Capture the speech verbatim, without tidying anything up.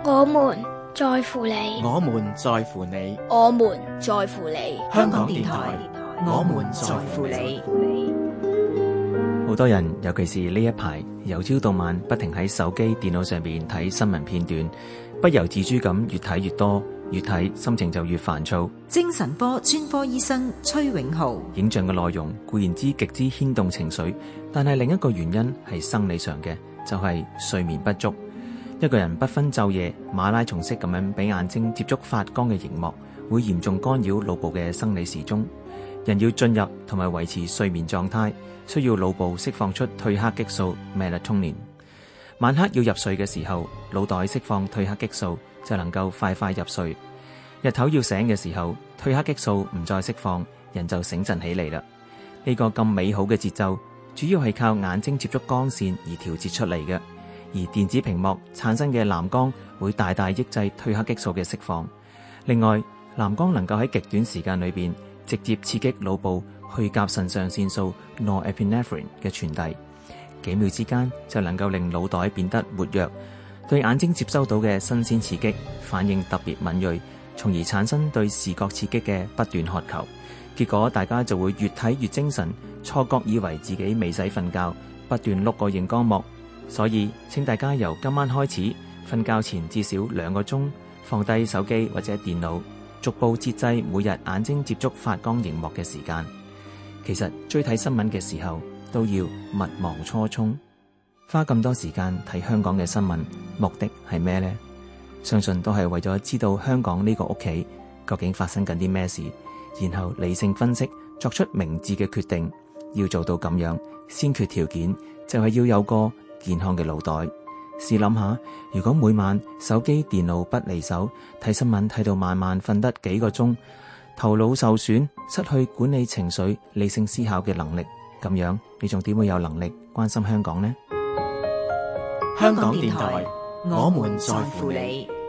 我們在乎你， 我們在乎你， 我們在乎你。 香港電台，我們在乎你。 好多人，尤其是呢一排，由朝到晚不停喺手機、電腦上面睇新聞片段，不由自主咁越睇越多，越睇心情就越煩躁。 精神科專科醫生崔永浩， 影像嘅內容固然之極之牽動情緒，但係另一個原因係生理上嘅，就係睡眠不足。一個人不分晝夜，馬拉松式咁樣俾眼睛接觸發光嘅熒幕，會嚴重干擾腦部嘅生理時鐘。人要進入同埋維持睡眠狀態，需要腦部釋放出褪黑激素 melatonin。晚黑要入睡嘅時候，腦袋釋放褪黑激素就能夠快快入睡。日頭要醒嘅時候，褪黑激素唔再釋放，人就醒神起嚟啦。呢個咁美好嘅節奏，主要係靠眼睛接觸光線而調節出嚟嘅。而電子屏幕產生嘅藍光會大大抑制褪黑激素嘅釋放。另外，藍光能夠喺極短時間裏邊直接刺激腦部去甲腎上腺素 norepinephrine 嘅傳遞，幾秒之間就能夠令腦袋變得活躍，對眼睛接收到嘅新鮮刺激反應特別敏銳，從而產生對視覺刺激嘅不斷渴求。結果大家就會越睇越精神，錯覺以為自己未使瞓覺，不斷碌個熒光幕。所以請大家由今晚開始，瞓覺前至少兩個鐘放低手機或者電腦，逐步節制每日眼睛接觸發光熒幕嘅時間。其實追睇新聞嘅時候都要勿忘初衷。花咁多時間睇香港嘅新聞，目的係咩呢？相信都係為咗知道香港呢個屋企究竟發生緊啲咩事，然後理性分析，作出明智嘅決定。要做到咁樣，先決條件就係要有個健康嘅腦袋。試諗下，如果每晚手機電腦不離手，睇新聞睇到晚晚瞓得幾個鐘，頭腦受損，失去管理情緒、理性思考嘅能力，咁樣你仲點會有能力關心香港呢？ 香港電台，我們在乎你。